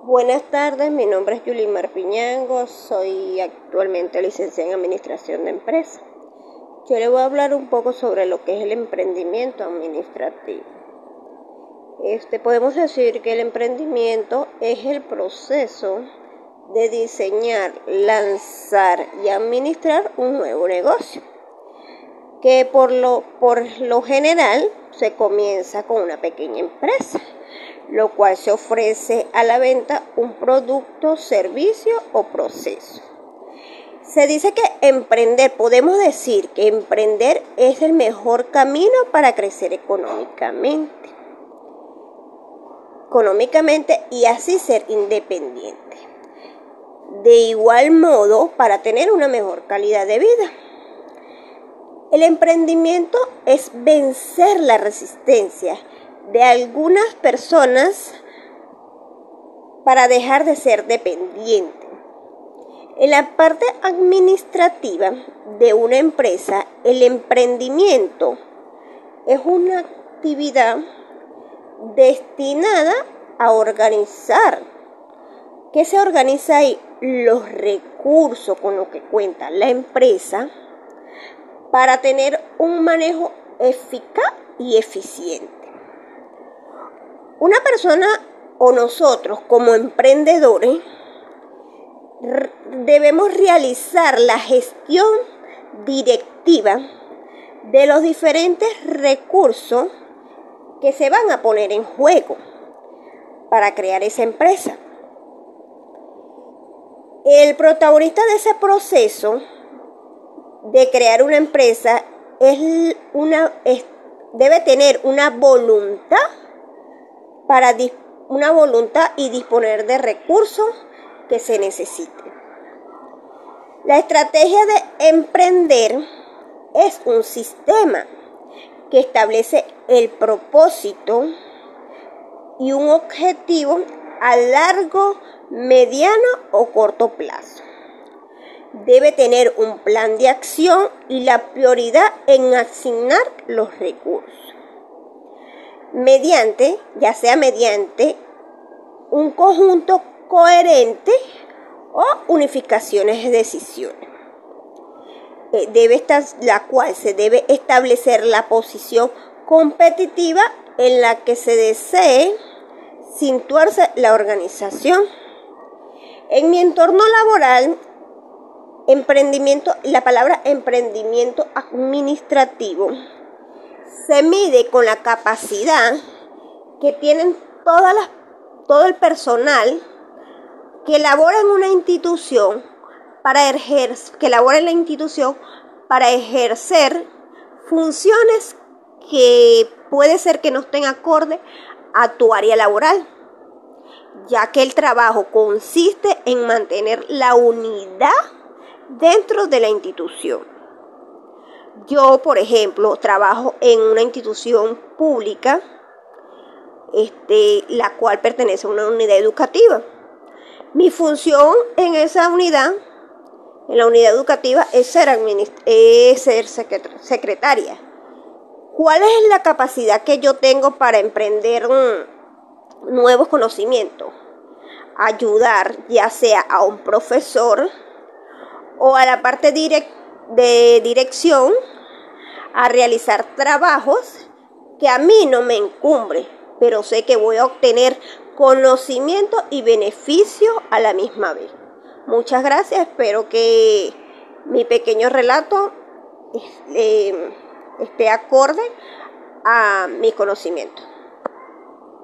Buenas tardes, mi nombre es Yulimar Piñango, soy actualmente licenciada en Administración de Empresas. Yo le voy a hablar un poco sobre lo que es el emprendimiento administrativo. Podemos decir que el emprendimiento es el proceso de diseñar, lanzar y administrar un nuevo negocio, que por lo general se comienza con una pequeña empresa, lo cual se ofrece a la venta un producto, servicio o proceso. Se dice que podemos decir que emprender es el mejor camino para crecer económicamente y así ser independiente. De igual modo, para tener una mejor calidad de vida. El emprendimiento es vencer la resistencia de algunas personas para dejar de ser dependiente. En la parte administrativa de una empresa, el emprendimiento es una actividad destinada a organizar. ¿Qué se organiza ahí? Los recursos con los que cuenta la empresa para tener un manejo eficaz y eficiente. Una persona o nosotros como emprendedores debemos realizar la gestión directiva de los diferentes recursos que se van a poner en juego para crear esa empresa. El protagonista de ese proceso de crear una empresa debe tener una voluntad y disponer de recursos que se necesiten. La estrategia de emprender es un sistema que establece el propósito y un objetivo a largo, mediano o corto plazo. Debe tener un plan de acción y la prioridad en asignar los recursos. Ya sea mediante un conjunto coherente o unificaciones de decisiones, la cual se debe establecer la posición competitiva en la que se desee situarse la organización. En mi entorno laboral, la palabra emprendimiento administrativo se mide con la capacidad que tienen todo el personal que labora en una institución para ejercer funciones que puede ser que no estén acorde a tu área laboral, ya que el trabajo consiste en mantener la unidad dentro de la institución. Yo, por ejemplo, trabajo en una institución pública, la cual pertenece a una unidad educativa. Mi función en esa unidad, en la unidad educativa, es ser secretaria. ¿Cuál es la capacidad que yo tengo para emprender nuevos conocimientos? Ayudar ya sea a un profesor o a la parte de dirección a realizar trabajos que a mí no me incumbe, pero sé que voy a obtener conocimiento y beneficio a la misma vez. Muchas gracias, espero que mi pequeño relato esté acorde a mi conocimiento.